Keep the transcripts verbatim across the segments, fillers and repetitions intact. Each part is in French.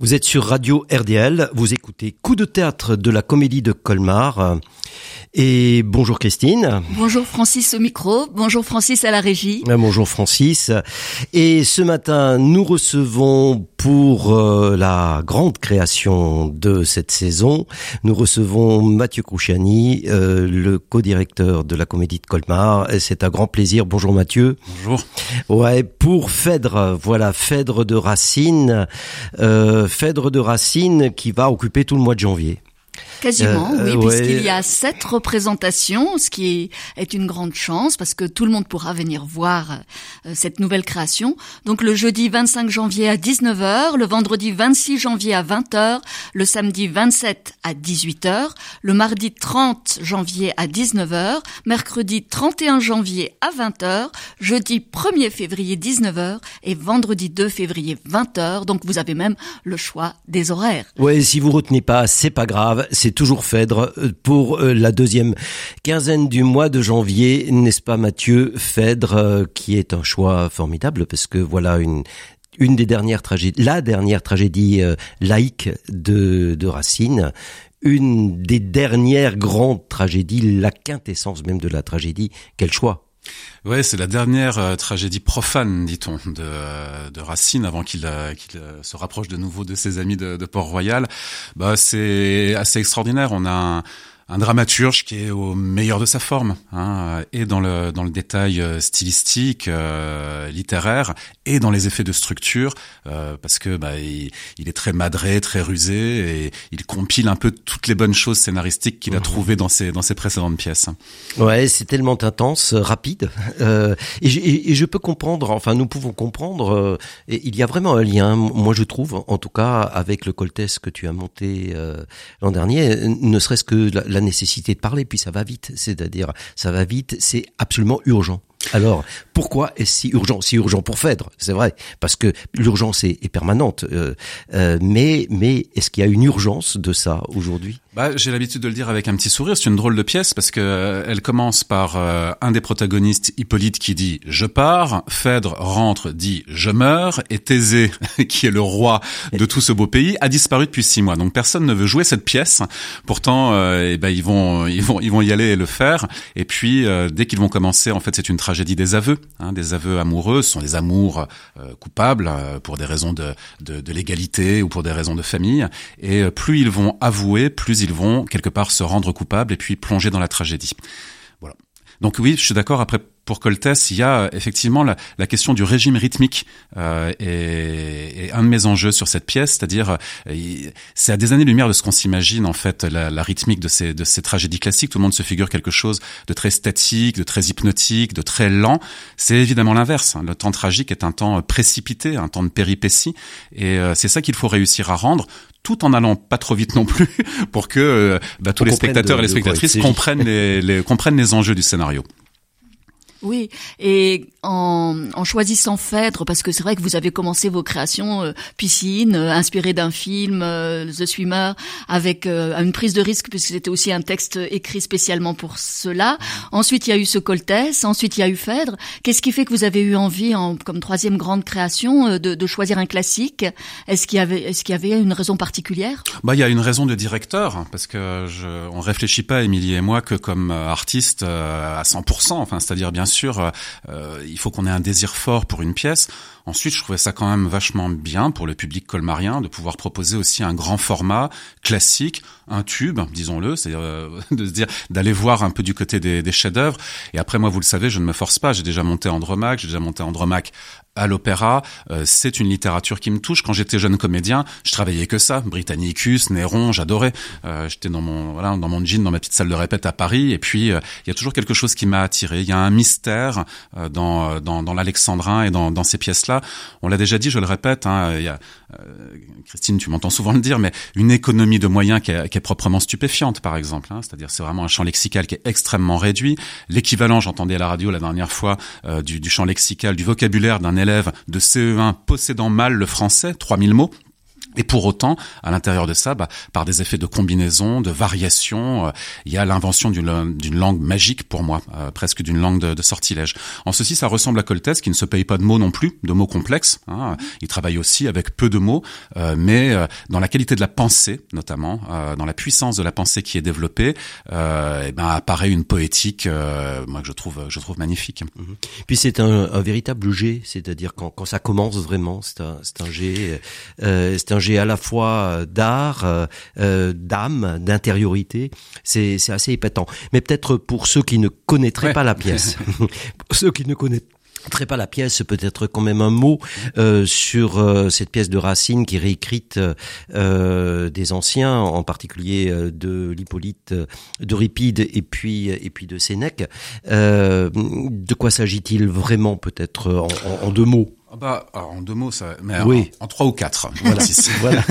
Vous êtes sur Radio R D L, vous écoutez Coup de théâtre de la Comédie de Colmar. Et bonjour Christine. Bonjour Francis au micro, bonjour Francis à la régie. Bonjour Francis. Et ce matin, nous recevons pour euh, la grande création de cette saison, nous recevons Mathieu Crouchani, euh, le co-directeur de la Comédie de Colmar. Et c'est un grand plaisir. Bonjour Mathieu. Bonjour. Ouais, pour Phèdre, voilà, Phèdre de Racine, euh, Phèdre de Racine qui va occuper tout le mois de janvier. Quasiment, euh, oui, ouais. puisqu'il y a sept représentations, ce qui est, est une grande chance parce que tout le monde pourra venir voir euh, cette nouvelle création. Donc le jeudi vingt-cinq janvier à dix-neuf heures, le vendredi vingt-six janvier à vingt heures, le samedi vingt-sept à dix-huit heures, le mardi trente janvier à dix-neuf heures, mercredi trente et un janvier à vingt heures, jeudi premier février dix-neuf heures et vendredi deux février vingt heures. Donc vous avez même le choix des horaires. Ouais, si vous retenez pas, c'est pas grave, c'est toujours Phèdre pour la deuxième quinzaine du mois de janvier, n'est-ce pas Mathieu? Phèdre qui est un choix formidable parce que voilà une une des dernières tragédies, la dernière tragédie euh, laïque de de Racine, une des dernières grandes tragédies, la quintessence même de la tragédie. Quel choix! Ouais, c'est la dernière euh, tragédie profane, dit-on, de, euh, de Racine, avant qu'il, euh, qu'il euh, se rapproche de nouveau de ses amis de, de Port-Royal. Bah, c'est assez extraordinaire. On a un, un dramaturge qui est au meilleur de sa forme, hein, et dans le dans le détail stylistique, euh, littéraire, et dans les effets de structure, euh, parce que bah il, il est très madré, très rusé, et il compile un peu toutes les bonnes choses scénaristiques qu'il a trouvées dans ses dans ses précédentes pièces. Ouais, c'est tellement intense, rapide, euh, et, et, et je peux comprendre. Enfin, nous pouvons comprendre. Euh, et il y a vraiment un lien, moi je trouve, en tout cas, avec le Coltès que tu as monté euh, l'an dernier. Ne serait-ce que la, la nécessité de parler, puis ça va vite, c'est-à-dire ça va vite, c'est absolument urgent. Alors, pourquoi est-ce si urgent? Si urgent pour Phèdre, c'est vrai, parce que l'urgence est, est permanente, euh, euh, mais, mais est-ce qu'il y a une urgence de ça aujourd'hui? Bah, j'ai l'habitude de le dire avec un petit sourire, c'est une drôle de pièce parce que euh, elle commence par euh, un des protagonistes, Hippolyte, qui dit « je pars », Phèdre rentre, dit « je meurs », et Thésée, qui est le roi de tout ce beau pays, a disparu depuis six mois. Donc personne ne veut jouer cette pièce, pourtant euh, eh ben, ils vont ils vont ils vont y aller et le faire, et puis euh, dès qu'ils vont commencer, en fait c'est une tragédie des aveux, hein, des aveux amoureux, ce sont des amours euh, coupables euh, pour des raisons de, de, de légalité ou pour des raisons de famille, et euh, plus ils vont avouer, plus ils vont quelque part se rendre coupables et puis plonger dans la tragédie. Voilà. Donc oui, je suis d'accord. Après, pour Coltès, il y a effectivement la, la question du régime rythmique euh, et, et un de mes enjeux sur cette pièce, c'est-à-dire euh, c'est à des années-lumière de ce qu'on s'imagine en fait la, la rythmique de ces de ces tragédies classiques. Tout le monde se figure quelque chose de très statique, de très hypnotique, de très lent. C'est évidemment l'inverse. Le temps tragique est un temps précipité, un temps de péripéties, et euh, c'est ça qu'il faut réussir à rendre, tout en allant pas trop vite non plus, pour que euh, bah, tous les spectateurs de, et les spectatrices comprennent les, les comprennent les enjeux du scénario. Oui, et en, en choisissant Phèdre, parce que c'est vrai que vous avez commencé vos créations euh, piscine, euh, inspirées d'un film, euh, The Swimmer, avec euh, une prise de risque, puisque c'était aussi un texte écrit spécialement pour cela. Ensuite, il y a eu ce Coltès, ensuite il y a eu Phèdre. Qu'est-ce qui fait que vous avez eu envie, en, comme troisième grande création, euh, de, de choisir un classique? Est-ce qu'il y avait, est-ce qu'il y avait une raison particulière? Bah, il y a une raison de directeur, parce que je, on réfléchit pas, Émilie et moi, que comme artiste euh, à cent pour cent. Enfin, c'est-à-dire bien sûr, euh, il faut qu'on ait un désir fort pour une pièce. Ensuite, je trouvais ça quand même vachement bien pour le public colmarien de pouvoir proposer aussi un grand format classique, un tube, disons-le, c'est-à-dire euh, de se dire d'aller voir un peu du côté des, des chefs-d'œuvre. Et après, moi, vous le savez, je ne me force pas. J'ai déjà monté Andromaque, j'ai déjà monté Andromaque à l'opéra. Euh, c'est une littérature qui me touche. Quand j'étais jeune comédien, je travaillais que ça. Britannicus, Néron, j'adorais. Euh, j'étais dans mon voilà, dans mon jean, dans ma petite salle de répète à Paris. Et puis, il euh, y a toujours quelque chose qui m'a attiré. Il y a un mystère euh, dans, dans dans l'Alexandrin et dans dans ces pièces-là. On l'a déjà dit, je le répète. Hein, il y a euh, Christine, tu m'entends souvent le dire, mais une économie de moyens qui est, qui est proprement stupéfiante, par exemple. Hein, c'est-à-dire, c'est vraiment un champ lexical qui est extrêmement réduit. L'équivalent, j'entendais à la radio la dernière fois, euh, du, du champ lexical, du vocabulaire d'un élève de C E un possédant mal le français, trois mille mots. Et pour autant, à l'intérieur de ça, bah, par des effets de combinaison, de variation, euh, il y a l'invention d'une, d'une langue magique pour moi, euh, presque d'une langue de, de sortilège. En ceci, ça ressemble à Koltès, qui ne se paye pas de mots non plus, de mots complexes. Hein. Il travaille aussi avec peu de mots, euh, mais euh, dans la qualité de la pensée, notamment, euh, dans la puissance de la pensée qui est développée, euh, et ben apparaît une poétique, euh, moi que je trouve, je trouve magnifique. Mmh. Puis c'est un, un véritable jet, c'est-à-dire quand, quand ça commence vraiment, c'est un, c'est un jet, euh, c'est un jet à la fois d'art, euh, d'âme, d'intériorité. C'est, c'est assez épatant. Mais peut-être pour ceux qui ne connaîtraient ouais. pas la pièce, pour ceux qui ne connaîtraient pas la pièce, peut-être quand même un mot euh, sur euh, cette pièce de Racine qui est réécrite euh, des anciens, en particulier euh, de l'Hippolyte d'Euripide et puis et puis de Sénèque. Euh, de quoi s'agit-il vraiment, peut-être en, en, en deux mots? Ah bah, alors en deux mots, ça, mais oui. en, en trois ou quatre. Voilà. voilà.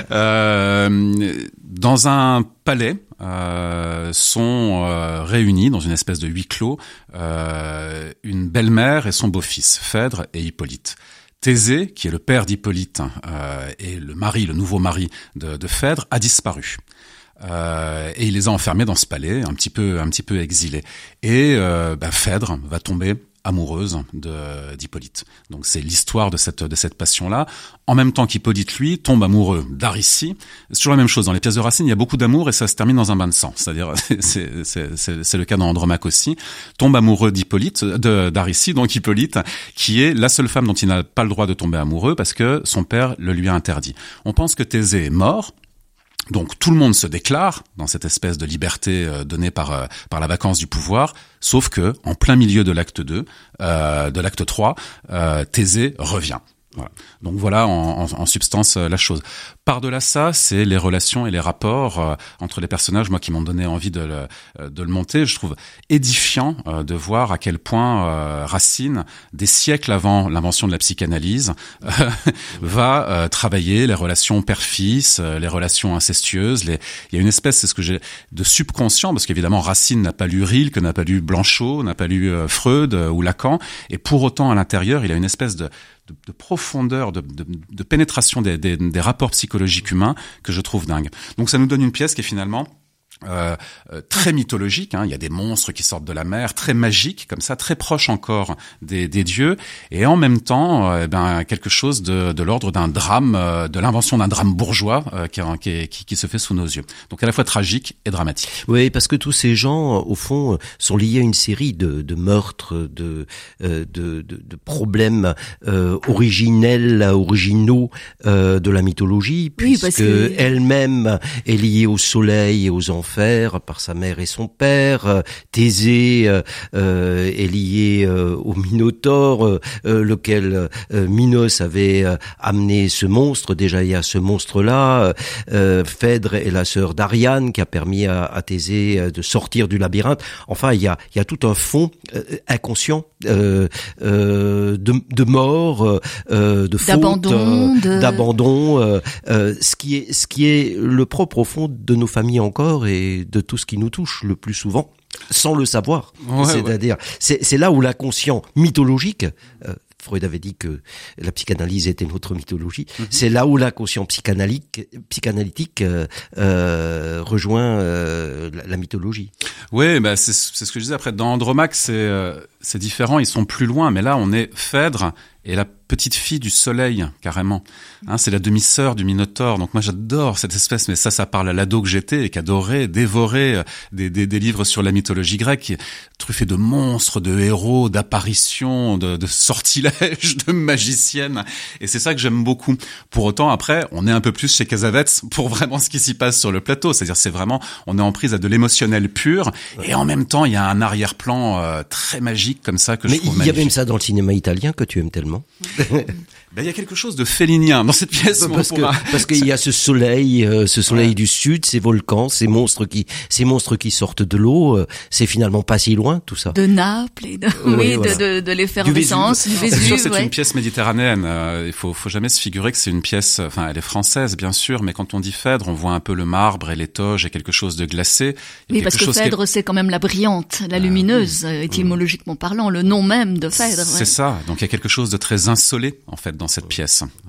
euh, dans un palais, euh, sont euh, réunis dans une espèce de huis clos euh, une belle-mère et son beau-fils, Phèdre et Hippolyte. Thésée, qui est le père d'Hippolyte euh, et le mari, le nouveau mari de, de Phèdre, a disparu. Euh, et il les a enfermés dans ce palais, un petit peu, un petit peu exilés. Et euh, bah, Phèdre va tomber amoureuse de, d'Hippolyte. Donc c'est l'histoire de cette, de cette passion-là. En même temps qu'Hippolyte, lui, tombe amoureux d'Aricie. C'est toujours la même chose. Dans les pièces de Racine, il y a beaucoup d'amour et ça se termine dans un bain de sang. C'est-à-dire, c'est, c'est, c'est, c'est le cas dans Andromaque aussi. Tombe amoureux d'Hippolyte, de, d'Aricie, donc Hippolyte, qui est la seule femme dont il n'a pas le droit de tomber amoureux parce que son père le lui a interdit. On pense que Thésée est mort. Donc tout le monde se déclare dans cette espèce de liberté euh, donnée par euh, par la vacance du pouvoir, sauf que en plein milieu de l'acte deux, euh, de l'acte trois, euh, Thésée revient. Voilà. Donc voilà en, en, en substance euh, la chose. Par-delà ça, c'est les relations et les rapports euh, entre les personnages, moi qui m'ont donné envie de le, euh, de le monter. Je trouve édifiant euh, de voir à quel point euh, Racine, des siècles avant l'invention de la psychanalyse, euh, va euh, travailler les relations père-fils, euh, les relations incestueuses. Les... Il y a une espèce, c'est ce que j'ai, de subconscient, parce qu'évidemment Racine n'a pas lu Rilke, n'a pas lu Blanchot, n'a pas lu euh, Freud euh, ou Lacan, et pour autant à l'intérieur, il a une espèce de De, de profondeur, de, de, de pénétration des, des, des rapports psychologiques humains que je trouve dingue. Donc ça nous donne une pièce qui est finalement Euh, euh, très mythologique, hein. Il y a des monstres qui sortent de la mer, très magique comme ça, très proche encore des, des dieux, et en même temps, euh, ben quelque chose de, de l'ordre d'un drame, euh, de l'invention d'un drame bourgeois euh, qui, qui, qui se fait sous nos yeux. Donc à la fois tragique et dramatique. Oui, parce que tous ces gens, au fond, sont liés à une série de, de meurtres, de, euh, de, de, de problèmes euh, originels, originaux euh, de la mythologie, puisque oui, que... elle-même est liée au soleil et aux enfants par sa mère et son père. Thésée euh, est lié euh, au Minotaure, euh, lequel euh, Minos avait euh, amené ce monstre. Déjà il y a ce monstre-là. Euh, Phèdre est la sœur d'Ariane qui a permis à, à Thésée de sortir du labyrinthe. Enfin, il y a, il y a tout un fond euh, inconscient euh, euh, de, de mort, euh, de faute, d'abandon, euh, de... d'abandon. Euh, euh, ce qui est, ce qui est le propre au fond de nos familles encore et de tout ce qui nous touche le plus souvent, sans le savoir. Ouais, C'est-à-dire, ouais. c'est, c'est là où l'inconscient mythologique, euh, Freud avait dit que la psychanalyse était notre mythologie, mm-hmm. c'est là où l'inconscient psychanalytique, psychanalytique euh, euh, rejoint euh, la, la mythologie. Oui, bah c'est, c'est ce que je disais. Après, dans Andromaque, c'est, euh, c'est différent, ils sont plus loin, mais là, on est Phèdre et la petite fille du soleil, carrément. Hein, c'est la demi-sœur du Minotaure. Donc moi, j'adore cette espèce, mais ça, ça parle à l'ado que j'étais et qu'adorait dévorer des, des, des livres sur la mythologie grecque, truffés de monstres, de héros, d'apparitions, de, de sortilèges, de magiciennes. Et c'est ça que j'aime beaucoup. Pour autant, après, on est un peu plus chez Cassavetes pour vraiment ce qui s'y passe sur le plateau. C'est-à-dire, c'est vraiment, on est en prise à de l'émotionnel pur, et en même temps, il y a un arrière-plan euh, très magique comme ça que mais je trouve magnifique. Mais il y a même ça dans le cinéma italien que tu aimes tellement. Ben, il y a quelque chose de félinien dans cette pièce. Parce que, parce qu'il y a ce soleil, euh, ce soleil ouais. du sud, ces volcans, ces monstres qui, ces monstres qui sortent de l'eau, euh, c'est finalement pas si loin, tout ça. De Naples et de, oui, oui voilà. de, de, de l'effervescence, du Vésuve. C'est sûr, c'est ouais. une pièce méditerranéenne. Euh, il faut, faut jamais se figurer que c'est une pièce, enfin, elle est française, bien sûr, mais quand on dit Phèdre, on voit un peu le marbre et les toges et quelque chose de glacé. Oui, parce que Phèdre, est... c'est quand même la brillante, la lumineuse, ah, oui. étymologiquement parlant, le nom même de Phèdre. C'est ouais. ça. Donc, il y a quelque chose de très insolé, en fait, dans cette pièce.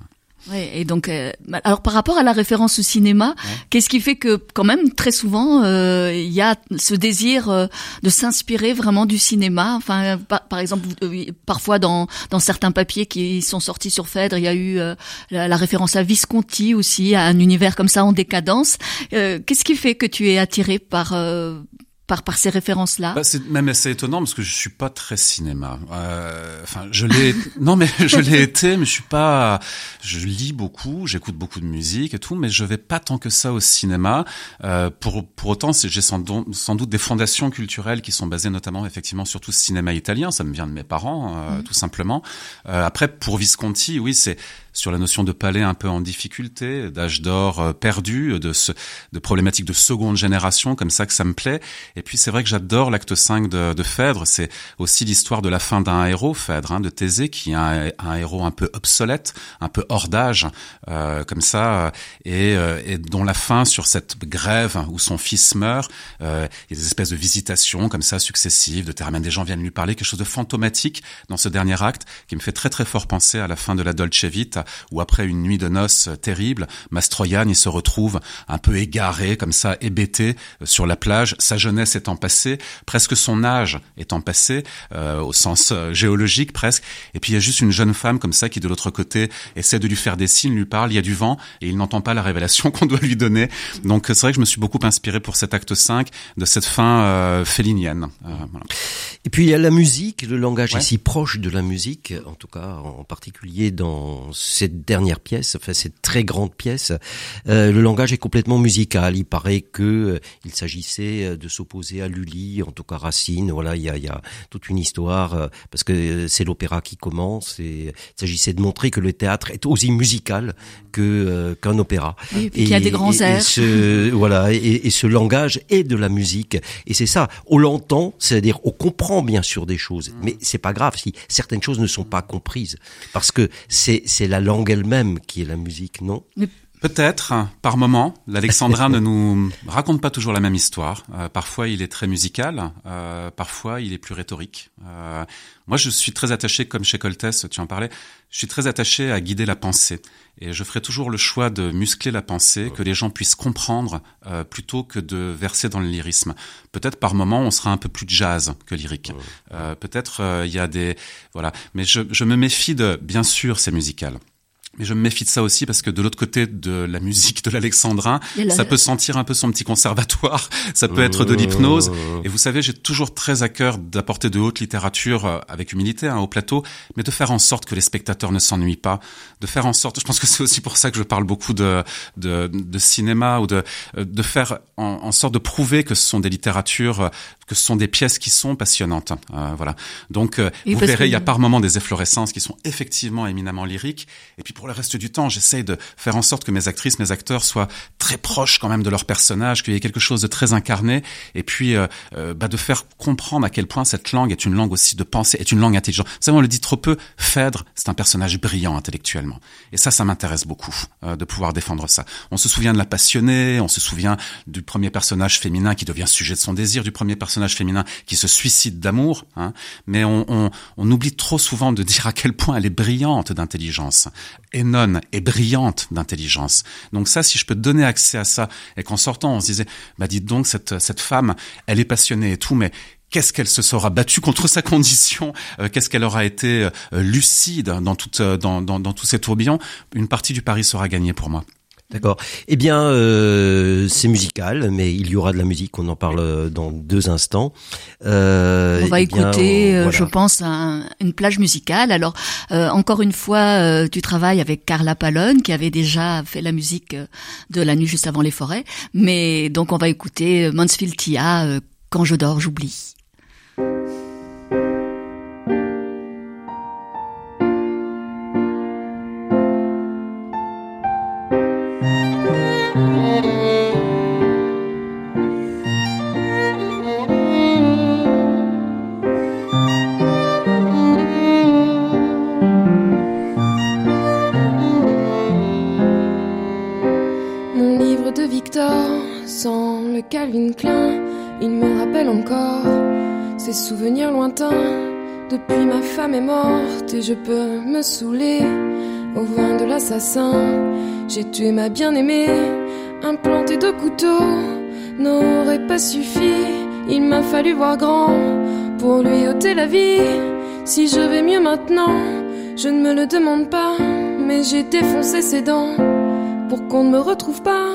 Ouais, et donc, euh, alors par rapport à la référence au cinéma, ouais. Qu'est-ce qui fait que quand même très souvent euh, il y a ce désir euh, de s'inspirer vraiment du cinéma. Enfin, par, par exemple, euh, parfois dans dans certains papiers qui sont sortis sur Phèdre, il y a eu euh, la, la référence à Visconti aussi, à un univers comme ça en décadence. Euh, qu'est-ce qui fait que tu es attiré par euh, Par, par ces références-là. Bah, c'est même assez étonnant parce que je suis pas très cinéma. Euh, enfin, je l'ai. non, mais je l'ai été, mais je suis pas. Je lis beaucoup, j'écoute beaucoup de musique et tout, mais je vais pas tant que ça au cinéma. Euh, pour pour autant, c'est, j'ai sans, don, sans doute des fondations culturelles qui sont basées notamment effectivement sur tout ce cinéma italien. Ça me vient de mes parents, euh, mmh. tout simplement. Euh, après, pour Visconti, oui, c'est sur la notion de palais un peu en difficulté, d'âge d'or euh, perdu, de ce, de problématiques de seconde génération, comme ça que ça me plaît. Et puis c'est vrai que j'adore l'acte cinq de, de Phèdre. C'est aussi l'histoire de la fin d'un héros, Phèdre, hein, de Thésée, qui est un, un héros un peu obsolète, un peu hors d'âge, euh, comme ça, et, euh, et dont la fin sur cette grève où son fils meurt. Euh, il y a des espèces de visitations comme ça successives, de terrain, des gens viennent lui parler, quelque chose de fantomatique dans ce dernier acte qui me fait très très fort penser à la fin de la Dolce Vita, où après une nuit de noces terrible, Mastroianni se retrouve un peu égaré, comme ça, hébété sur la plage, sa jeunesse étant passée, presque son âge étant passé, euh, au sens euh, géologique presque, et puis il y a juste une jeune femme comme ça qui de l'autre côté essaie de lui faire des signes, lui parle, il y a du vent, et il n'entend pas la révélation qu'on doit lui donner. Donc c'est vrai que je me suis beaucoup inspiré pour cet acte cinq de cette fin euh, félinienne. Euh, voilà. Et puis il y a la musique, le langage ouais. est si proche de la musique, en tout cas en particulier dans cette dernière pièce, enfin cette très grande pièce, euh, le langage est complètement musical. Il paraît que euh, il s'agissait de s'opposer à Lully, en tout cas Racine. Voilà, il y a, il y a toute une histoire euh, parce que c'est l'opéra qui commence et il s'agissait de montrer que le théâtre est aussi musical que euh, qu'un opéra. Oui, et puis qu'il y a des grands et, airs. Et ce, voilà, et, et ce langage est de la musique. Et c'est ça. On l'entend, c'est-à-dire on comprend bien sûr des choses, mais c'est pas grave si certaines choses ne sont pas comprises parce que c'est c'est la langue elle-même qui est la musique, non? Mais... Peut-être, par moment, l'alexandrin ne nous raconte pas toujours la même histoire. Euh, parfois, il est très musical, euh, parfois, il est plus rhétorique. Euh, moi, je suis très attaché, comme chez Coltès, tu en parlais, je suis très attaché à guider la pensée. Et je ferai toujours le choix de muscler la pensée, que les gens puissent comprendre, euh, plutôt que de verser dans le lyrisme. Peut-être par moment, on sera un peu plus jazz que lyrique. Euh, peut-être, euh, il y a des... Voilà. Mais je, je me méfie de... Bien sûr, c'est musical. Mais je me méfie de ça aussi parce que de l'autre côté de la musique de l'alexandrin, la... ça peut sentir un peu son petit conservatoire, ça peut être de l'hypnose. Et vous savez, j'ai toujours très à cœur d'apporter de haute littérature avec humilité hein, au plateau, mais de faire en sorte que les spectateurs ne s'ennuient pas, de faire en sorte, je pense que c'est aussi pour ça que je parle beaucoup de de, de cinéma ou de de faire en, en sorte de prouver que ce sont des littératures, que ce sont des pièces qui sont passionnantes. Euh, voilà. Donc euh, vous verrez, que... il y a par moments des efflorescences qui sont effectivement éminemment lyriques, et puis pour le reste du temps, j'essaye de faire en sorte que mes actrices, mes acteurs soient très proches quand même de leur personnage, qu'il y ait quelque chose de très incarné, et puis euh, euh, bah, de faire comprendre à quel point cette langue est une langue aussi de pensée, est une langue intelligente. Vous savez, on le dit trop peu, Phèdre, c'est un personnage brillant intellectuellement. Et ça, ça m'intéresse beaucoup, euh, de pouvoir défendre ça. On se souvient de la passionnée, on se souvient du premier personnage féminin qui devient sujet de son désir, du premier personnage féminin qui se suicide d'amour, hein, mais on, on, on oublie trop souvent de dire à quel point elle est brillante d'intelligence. Énone est brillante d'intelligence. Donc ça, si je peux donner accès à ça, et qu'en sortant, on se disait, bah dites donc, cette, cette femme, elle est passionnée et tout, mais qu'est-ce qu'elle se sera battue contre sa condition, euh, qu'est-ce qu'elle aura été euh, lucide dans, toute, euh, dans, dans, dans tous ces tourbillons, une partie du pari sera gagnée pour moi. D'accord. Eh bien, euh, c'est musical, mais il y aura de la musique. On en parle dans deux instants. Euh, on va eh écouter, bien, on, voilà. je pense, un, une plage musicale. Alors, euh, encore une fois, euh, tu travailles avec Carla Pallone, qui avait déjà fait la musique de La Nuit juste avant les forêts. Mais donc, on va écouter Mansfield Tia, euh, Quand je dors, j'oublie. Sans le Calvin Klein, il me rappelle encore ces souvenirs lointains. Depuis ma femme est morte et je peux me saouler au vin de l'assassin. J'ai tué ma bien-aimée, implanté de couteaux n'aurait pas suffi. Il m'a fallu voir grand pour lui ôter la vie. Si je vais mieux maintenant, je ne me le demande pas, mais j'ai défoncé ses dents pour qu'on ne me retrouve pas.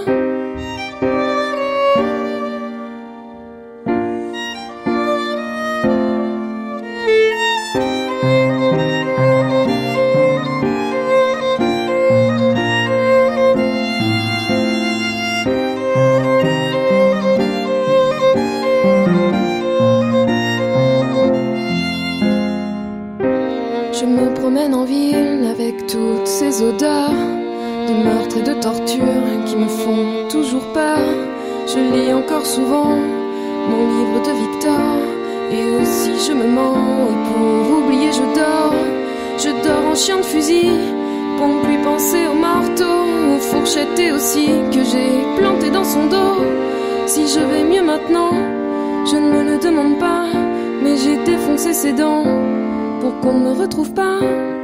Je me promène en ville avec toutes ces odeurs de meurtre et de torture qui me font toujours peur. Je lis encore souvent mon livre de Victor, et aussi je me mens, et pour oublier je dors. Je dors en chien de fusil pour ne plus penser aux marteaux, aux fourchettes et aussi que j'ai planté dans son dos. Si je vais mieux maintenant, je ne me le demande pas, mais j'ai défoncé ses dents pour qu'on ne me retrouve pas.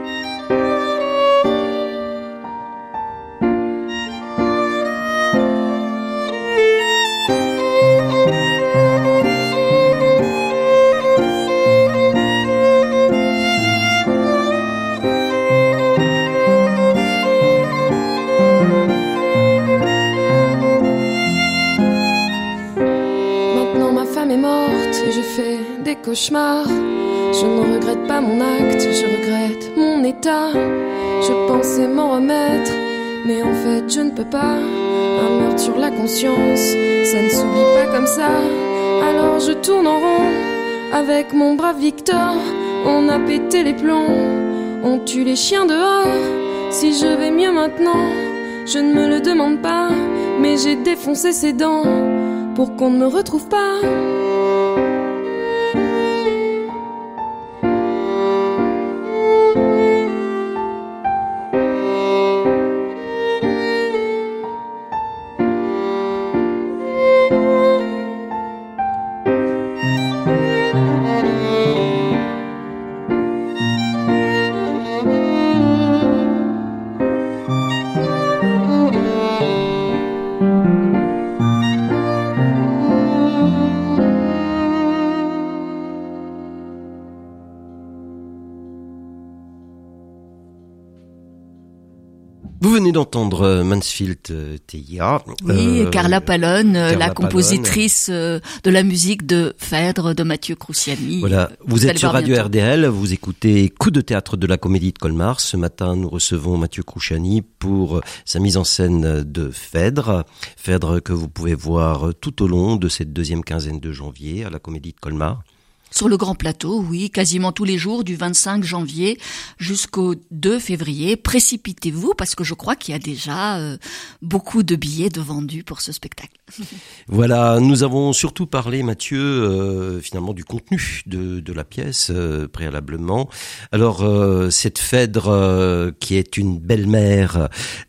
Maintenant ma femme est morte et je fais des cauchemars. Je ne regrette pas mon acte, je regrette mon état. Je pensais m'en remettre, mais en fait je ne peux pas. Un meurtre sur la conscience, ça ne s'oublie pas comme ça. Alors je tourne en rond avec mon brave Victor. On a pété les plombs, on tue les chiens dehors. Si je vais mieux maintenant, je ne me le demande pas, mais j'ai défoncé ses dents pour qu'on ne me retrouve pas. Vous venez d'entendre Mansfield Teia. Oui, euh, Carla Pallone, Carla la compositrice Pallone. de la musique de Phèdre, de Mathieu Crouciani. Voilà, vous, vous êtes sur Radio bientôt. R D L, vous écoutez Coup de théâtre de la Comédie de Colmar. Ce matin, nous recevons Mathieu Crouciani pour sa mise en scène de Phèdre. Phèdre que vous pouvez voir tout au long de cette deuxième quinzaine de janvier à la Comédie de Colmar. Sur le grand plateau, oui, quasiment tous les jours, du vingt-cinq janvier jusqu'au deux février. Précipitez-vous, parce que je crois qu'il y a déjà euh, beaucoup de billets de vendus pour ce spectacle. Voilà, nous avons surtout parlé, Mathieu, euh, finalement du contenu de, de la pièce, euh, préalablement. Alors, euh, cette Phèdre, euh, qui est une belle-mère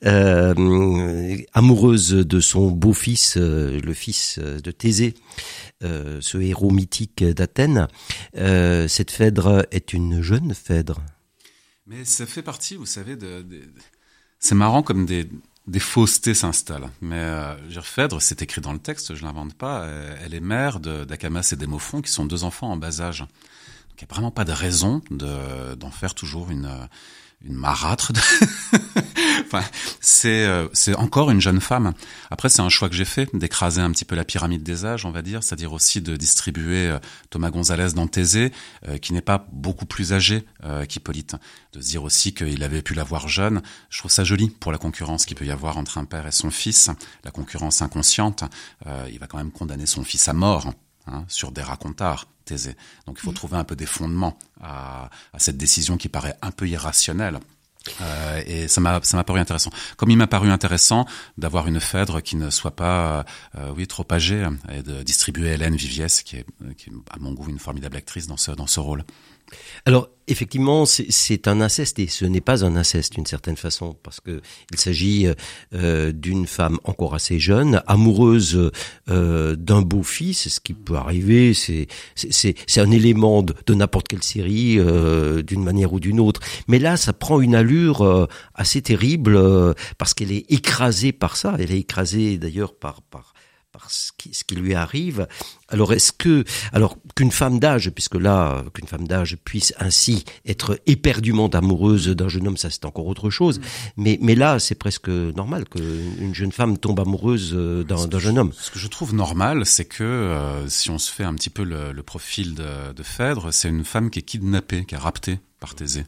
euh, amoureuse de son beau-fils, euh, le fils de Thésée, Euh, ce héros mythique d'Athènes, euh, cette Phèdre est une jeune Phèdre. Mais ça fait partie, vous savez, de, de... c'est marrant comme des, des faussetés s'installent. Mais euh, Phèdre, c'est écrit dans le texte, je l'invente pas. Elle est mère de, d'Acamas et d'Hémophon, qui sont deux enfants en bas âge. Donc il n'y a vraiment pas de raison de, d'en faire toujours une, une marâtre. Enfin, c'est euh, c'est encore une jeune femme. Après, c'est un choix que j'ai fait d'écraser un petit peu la pyramide des âges, on va dire, c'est-à-dire aussi de distribuer euh, Thomas Gonzalez dans Thésée, euh, qui n'est pas beaucoup plus âgé euh, qu'Hippolyte. De se dire aussi qu'il avait pu la voir jeune. Je trouve ça joli pour la concurrence qu'il peut y avoir entre un père et son fils, la concurrence inconsciente. Euh, il va quand même condamner son fils à mort, hein, sur des racontars. Thésée. Donc il faut mmh. trouver un peu des fondements à, à cette décision qui paraît un peu irrationnelle. Euh, et ça m'a ça m'a paru intéressant. Comme il m'a paru intéressant d'avoir une Phèdre qui ne soit pas euh, oui trop âgée, et de distribuer Hélène Viviès qui est, qui est à mon goût une formidable actrice dans ce dans ce rôle. Alors, effectivement, c'est, c'est un inceste, et ce n'est pas un inceste d'une certaine façon, parce que il s'agit euh, d'une femme encore assez jeune, amoureuse euh, d'un beau-fils, ce qui peut arriver, c'est, c'est, c'est, c'est un élément de, de n'importe quelle série, euh, d'une manière ou d'une autre. Mais là, ça prend une allure euh, assez terrible, euh, parce qu'elle est écrasée par ça, elle est écrasée d'ailleurs par... par par ce qui, ce qui lui arrive. Alors est-ce que, alors qu'une femme d'âge, puisque là, qu'une femme d'âge puisse ainsi être éperdument amoureuse d'un jeune homme, ça c'est encore autre chose. Mmh. Mais, mais là, c'est presque normal qu'une jeune femme tombe amoureuse d'un, d'un jeune homme. Ce que je trouve normal, c'est que euh, si on se fait un petit peu le, le profil de, de Phèdre, c'est une femme qui est kidnappée, qui est raptée par Thésée.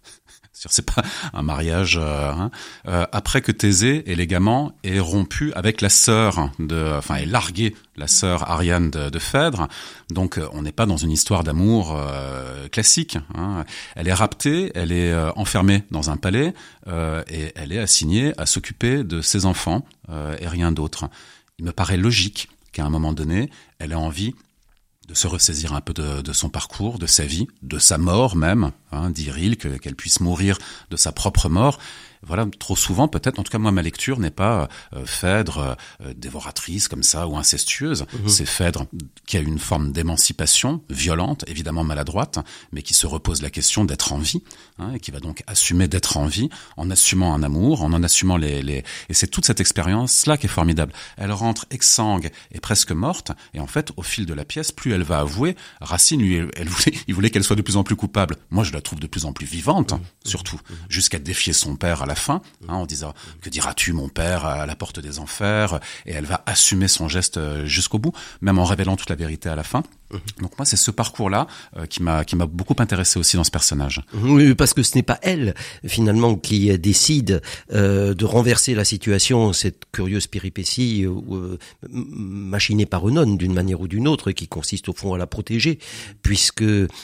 C'est pas un mariage. Euh, hein. euh, après que Thésée, élégamment, ait rompu avec la sœur de, enfin, ait largué la sœur Ariane de, de Phèdre. Donc, on n'est pas dans une histoire d'amour euh, classique. Hein. Elle est raptée, elle est euh, enfermée dans un palais euh, et elle est assignée à s'occuper de ses enfants euh, et rien d'autre. Il me paraît logique qu'à un moment donné, elle ait envie de se ressaisir un peu de, de son parcours, de sa vie, de sa mort même, hein, dit-il, que, qu'elle puisse mourir de sa propre mort. Voilà, trop souvent, peut-être, en tout cas moi, ma lecture n'est pas euh, Phèdre euh, dévoratrice comme ça ou incestueuse. Mmh. C'est Phèdre qui a une forme d'émancipation violente, évidemment maladroite, mais qui se repose la question d'être en vie, hein, et qui va donc assumer d'être en vie, en assumant un amour, en en assumant les... les... Et c'est toute cette expérience-là qui est formidable. Elle rentre exsangue et presque morte, et en fait, au fil de la pièce, plus elle va avouer, Racine, lui, elle voulait, il voulait qu'elle soit de plus en plus coupable. Moi, je la trouve de plus en plus vivante, mmh. surtout, mmh. jusqu'à défier son père à la fin, hein, en disant « Que diras-tu, mon père, à la porte des enfers ?» Et elle va assumer son geste jusqu'au bout, même en révélant toute la vérité à la fin. Donc moi, c'est ce parcours-là euh, qui m'a qui m'a beaucoup intéressé aussi dans ce personnage. Oui, parce que ce n'est pas elle, finalement, qui décide euh, de renverser la situation, cette curieuse péripétie euh, machinée par Œnone, d'une manière ou d'une autre, qui consiste au fond à la protéger, puisque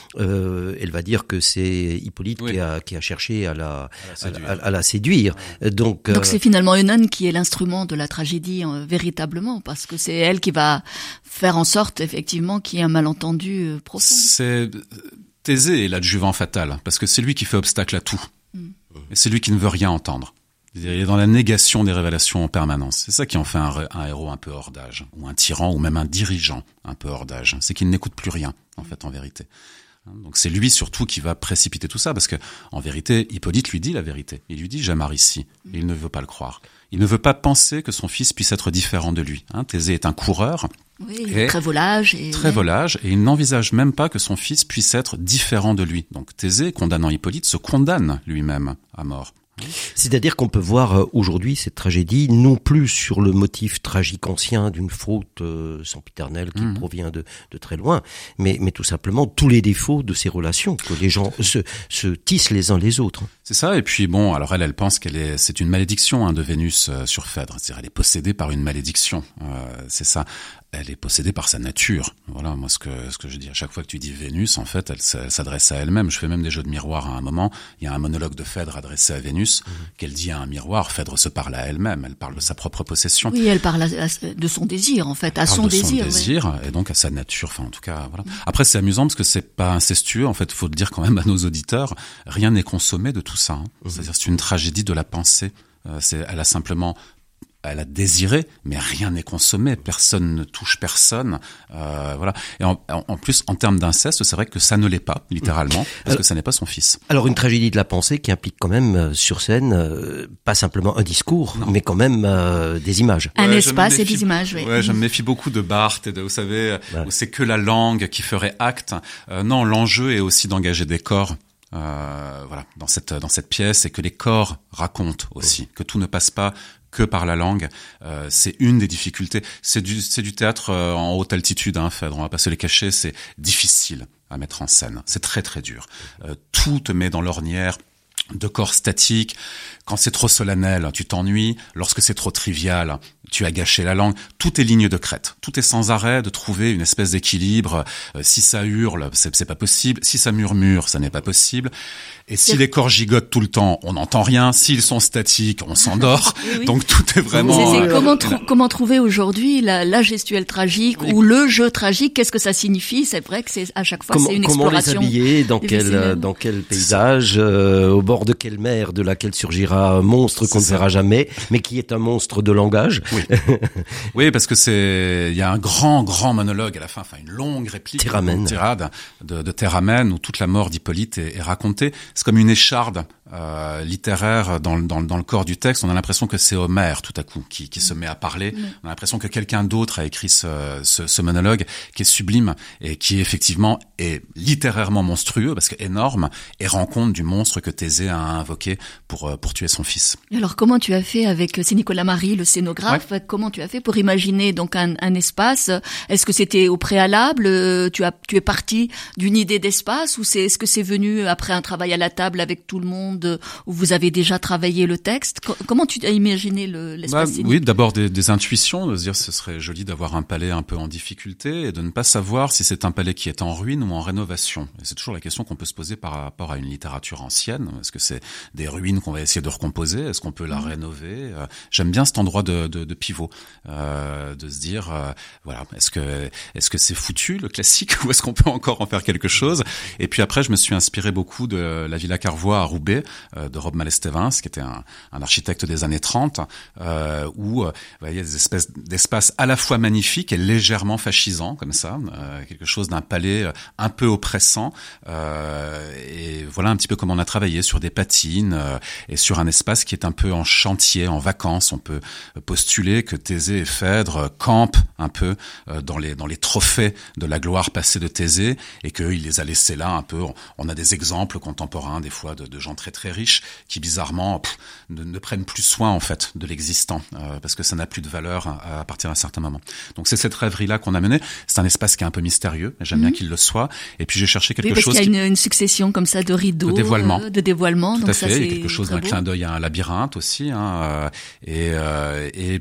euh, elle va dire que c'est Hippolyte oui. qui a qui a cherché à la à la, à, à, à la séduire. Donc, Donc euh... c'est finalement Œnone qui est l'instrument de la tragédie euh, véritablement, parce que c'est elle qui va faire en sorte effectivement qu'il y ait un malentendu euh, profond. C'est Thésée est l'adjuvant fatal, parce que c'est lui qui fait obstacle à tout. Mm. Et c'est lui qui ne veut rien entendre. Il est dans la négation des révélations en permanence. C'est ça qui en fait un, un héros un peu hors d'âge, ou un tyran, ou même un dirigeant un peu hors d'âge. C'est qu'il n'écoute plus rien, en fait, en vérité. Donc c'est lui surtout qui va précipiter tout ça, parce que en vérité, Hippolyte lui dit la vérité. Il lui dit « j'aime ici ». Il ne veut pas le croire. Il ne veut pas penser que son fils puisse être différent de lui. Hein, Thésée est un coureur. Oui, très volage. Et très ouais. volage, et il n'envisage même pas que son fils puisse être différent de lui. Donc Thésée, condamnant Hippolyte, se condamne lui-même à mort. C'est-à-dire qu'on peut voir aujourd'hui cette tragédie non plus sur le motif tragique ancien d'une faute euh, sempiternelle qui mmh. provient de, de très loin, mais, mais tout simplement tous les défauts de ces relations que les gens se, se tissent les uns les autres. C'est ça, et puis bon, alors elle, elle pense qu'elle est, c'est une malédiction hein, de Vénus euh, sur Phèdre, c'est-à-dire elle est possédée par une malédiction, euh, c'est ça. Elle est possédée par sa nature. Voilà, moi, ce que, ce que je dis. À chaque fois que tu dis Vénus, en fait, elle, elle s'adresse à elle-même. Je fais même des jeux de miroir à un moment. Il y a un monologue de Phèdre adressé à Vénus, mmh. qu'elle dit à un miroir. Phèdre se parle à elle-même. Elle parle de sa propre possession. Oui, elle parle à, à, de son désir, en fait, à elle son parle de désir. son désir, ouais. Et donc à sa nature. Enfin, en tout cas, voilà. Mmh. Après, c'est amusant parce que c'est pas incestueux. En fait, il faut le dire quand même à nos auditeurs. Rien n'est consommé de tout ça. Hein. Mmh. C'est-à-dire, c'est une tragédie de la pensée. Euh, c'est, elle a simplement Elle a désiré, mais rien n'est consommé. Personne ne touche personne. Euh, voilà. Et en, en plus, en termes d'inceste, c'est vrai que ça ne l'est pas, littéralement, parce alors, que ça n'est pas son fils. Alors, une tragédie de la pensée qui implique quand même euh, sur scène, euh, pas simplement un discours, non. mais quand même euh, des images. Un ouais, espace et des images, oui. Ouais, je me méfie beaucoup de Barthes et de, vous savez, ouais. où c'est que la langue qui ferait acte. Euh, non, l'enjeu est aussi d'engager des corps. Euh, voilà, dans cette dans cette pièce, et que les corps racontent aussi, oui. que tout ne passe pas que par la langue. Euh, c'est une des difficultés. C'est du c'est du théâtre euh, en haute altitude, hein, Phèdre. On va pas se les cacher. C'est difficile à mettre en scène. C'est très très dur. Euh, tout te met dans l'ornière. de corps statiques. Quand c'est trop solennel, tu t'ennuies. Lorsque c'est trop trivial, tu as gâché la langue. Tout est ligne de crête. Tout est sans arrêt de trouver une espèce d'équilibre. Euh, si ça hurle, c'est, c'est pas possible. Si ça murmure, ça n'est pas possible. Et si les corps gigotent tout le temps, on n'entend rien. S'ils sont statiques, on s'endort. Oui, oui. Donc tout est vraiment... C'est, c'est comment, trou- comment trouver aujourd'hui la, la gestuelle tragique oui. ou le jeu tragique? Qu'est-ce que ça signifie? C'est vrai que c'est à chaque fois comment, c'est une comment exploration. Comment les habiller? Dans quel, dans quel paysage? Euh, au bord de quelle mer de laquelle surgira un monstre qu'on ne verra jamais, mais qui est un monstre de langage? Oui, oui parce que c'est... Il y a un grand, grand monologue à la fin, enfin une longue réplique, une tirade de, de Théramène où toute la mort d'Hippolyte est, est racontée. C'est comme une écharde euh, littéraire dans, dans, dans le corps du texte. On a l'impression que c'est Homère tout à coup qui, qui se met à parler. Mmh. On a l'impression que quelqu'un d'autre a écrit ce, ce, ce monologue qui est sublime et qui effectivement est littérairement monstrueux parce qu'énorme et rend compte du monstre que Thésée a invoqué pour, pour tuer son fils. Et alors comment tu as fait avec, c'est Nicolas Marie, le scénographe, ouais. comment tu as fait pour imaginer donc un, un espace? Est-ce que c'était au préalable? Tu as, tu es parti d'une idée d'espace ou c'est, est-ce que c'est venu après un travail à la table avec tout le monde où vous avez déjà travaillé le texte? Comment tu as imaginé le, l'espace bah, scénique? Oui, d'abord des, des intuitions, de se dire ce serait joli d'avoir un palais un peu en difficulté et de ne pas savoir si c'est un palais qui est en ruine ou en rénovation. Et c'est toujours la question qu'on peut se poser par rapport à une littérature ancienne. Est-ce que c'est des ruines qu'on va essayer de recomposer? Est-ce qu'on peut la mmh. rénover? J'aime bien cet endroit de, de, de pivot, euh, de se dire, euh, voilà, est-ce que est-ce que c'est foutu le classique ou est-ce qu'on peut encore en faire quelque chose? Et puis après, je me suis inspiré beaucoup de la Villa Carvois à Roubaix, euh, de Rob Malestevins, qui était un, un architecte des années trente, euh, où euh, il y a des espèces d'espaces à la fois magnifiques et légèrement fascisants, comme ça, euh, quelque chose d'un palais un peu oppressant. Euh, et voilà un petit peu comment on a travaillé sur des patines euh, et sur un espace qui est un peu en chantier, en vacances. On peut postuler que Thésée et Phèdre campent un peu euh, dans les dans les trophées de la gloire passée de Thésée et qu'il les a laissés là un peu. On a des exemples contemporains des fois de, de gens très très riches qui bizarrement pff, ne, ne prennent plus soin en fait de l'existant euh, parce que ça n'a plus de valeur à, à partir d'un certain moment. Donc c'est cette rêverie là qu'on a menée. C'est un espace qui est un peu mystérieux, j'aime mmh. bien qu'il le soit. Et puis j'ai cherché quelque oui, parce chose. Qu'il y a qui... une, une succession comme ça de rideaux, de dévoilement, euh, de dévoilement. Tout donc à fait. Ça, il y a quelque chose d'un clin d'œil à un labyrinthe aussi, hein, euh, et, euh, et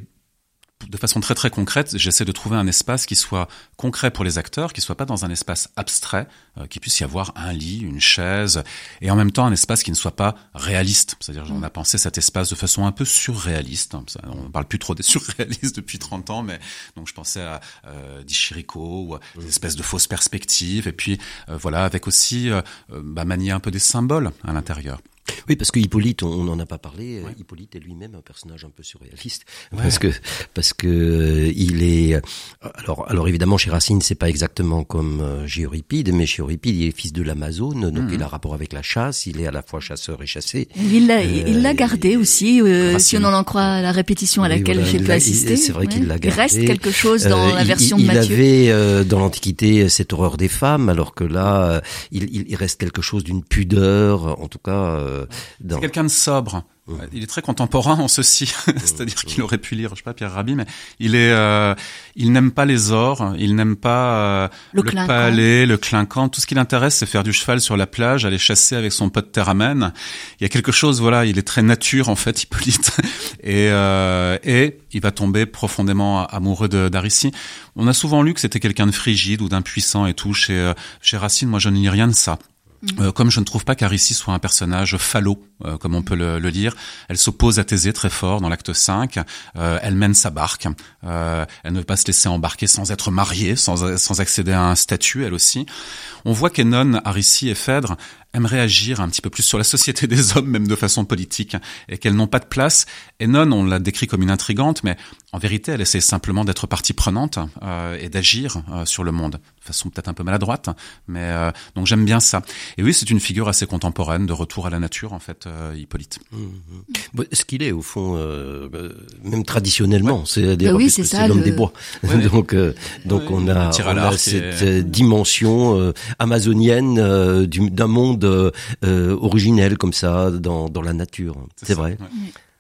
de façon très très concrète, j'essaie de trouver un espace qui soit concret pour les acteurs, qui soit pas dans un espace abstrait, euh, qu'il puisse y avoir un lit, une chaise, et en même temps un espace qui ne soit pas réaliste. C'est-à-dire, on a pensé cet espace de façon un peu surréaliste. On ne parle plus trop des surréalistes depuis trente ans, mais donc je pensais à euh, Di Chirico ou à des espèces de fausses perspectives, et puis euh, voilà, avec aussi euh, bah, manier un peu des symboles à l'intérieur. Oui, parce que Hippolyte, on n'en a pas parlé. Ouais. Hippolyte est lui-même un personnage un peu surréaliste, ouais. parce que parce que euh, il est. Alors, alors évidemment, chez Racine, c'est pas exactement comme euh, chez Euripide, mais chez Euripide, il est fils de l'Amazone, donc mmh. il a rapport avec la chasse. Il est à la fois chasseur et chassé. Il l'a, euh, il l'a gardé aussi, euh, si on en croit la répétition à oui, laquelle voilà, j'ai pu assister. C'est vrai ouais. qu'il l'a gardé. Il reste quelque chose dans euh, la version il, de Matthieu. Il avait euh, dans l'Antiquité cette horreur des femmes, alors que là, euh, il, il reste quelque chose d'une pudeur, en tout cas. Euh, C'est quelqu'un de sobre. Mmh. Il est très contemporain en ceci, c'est-à-dire mmh. qu'il aurait pu lire, je sais pas, Pierre Rabhi, mais il est, euh, il n'aime pas les ors, il n'aime pas euh, le, le palais, le clinquant. Tout ce qui l'intéresse, c'est faire du cheval sur la plage, aller chasser avec son pote Théramène. Il y a quelque chose, voilà, il est très nature en fait, Hippolyte, et euh, et il va tomber profondément amoureux de d'Aricie. On a souvent lu que c'était quelqu'un de frigide ou d'impuissant et tout. Chez chez Racine, moi, je ne lis rien de ça. Euh, comme je ne trouve pas qu'Aricie soit un personnage falot, euh, comme on peut le, le lire, elle s'oppose à Thésée très fort dans l'acte cinq, euh, elle mène sa barque, euh, elle ne veut pas se laisser embarquer sans être mariée, sans, sans accéder à un statut, elle aussi. On voit qu'Hénone, Aricie et Phèdre aimeraient agir un petit peu plus sur la société des hommes, même de façon politique, et qu'elles n'ont pas de place. Hénone, on l'a décrit comme une intrigante, mais en vérité, elle essaie simplement d'être partie prenante euh, et d'agir euh, sur le monde, de façon peut-être un peu maladroite, mais euh, donc j'aime bien ça. Et oui, c'est une figure assez contemporaine, de retour à la nature, en fait, euh, Hippolyte. Mmh. Ce qu'il est, au fond, euh, même traditionnellement, ouais. c'est-à-dire bah oui, c'est, c'est, c'est l'homme le... des bois. Ouais. donc, euh, donc ouais. on a, on a cette et... dimension euh, amazonienne euh, du, d'un monde euh, originel comme ça, dans, dans la nature. C'est, c'est vrai. Ouais.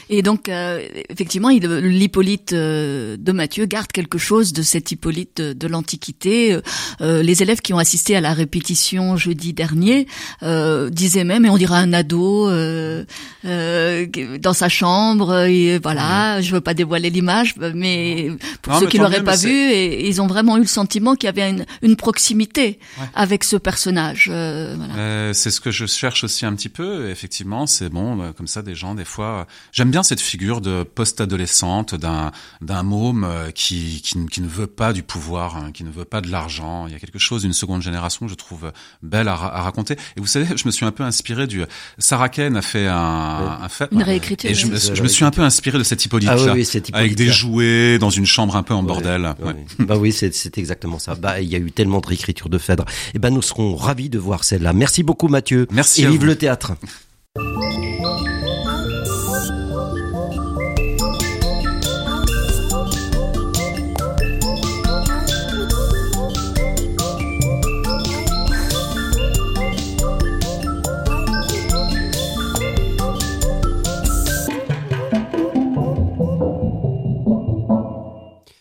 Et donc, euh, effectivement, il, l'Hippolyte euh, de Matthieu garde quelque chose de cet Hippolyte de, de l'Antiquité. Euh, les élèves qui ont assisté à la répétition jeudi dernier euh, disaient même, et on dirait un ado euh, euh, dans sa chambre, et voilà, mmh. je veux pas dévoiler l'image, mais pour non, ceux mais qui l'auraient pas vu, et, ils ont vraiment eu le sentiment qu'il y avait une, une proximité ouais. avec ce personnage. Euh, voilà. euh, c'est ce que je cherche aussi un petit peu, effectivement, c'est bon, bah, comme ça, des gens, des fois... J'aime bien cette figure de post-adolescente, d'un d'un môme qui, qui qui ne veut pas du pouvoir, hein, qui ne veut pas de l'argent. Il y a quelque chose d'une seconde génération que je trouve belle à, à raconter. Et vous savez, je me suis un peu inspiré du Sarah Kane a fait un, oui. un fait une réécriture. Et je, me, je me suis un peu inspiré de cet Hippolyte là, ah, oui, oui, cet Hippolyte avec des jouets dans une chambre un peu en oui, bordel. Oui, ouais. oui. Bah oui, c'est c'est exactement ça. Bah il y a eu tellement de réécritures de Phèdre. Et ben nous serons ravis de voir celle-là. Merci beaucoup Mathieu. Merci. Et à vive vous. le théâtre.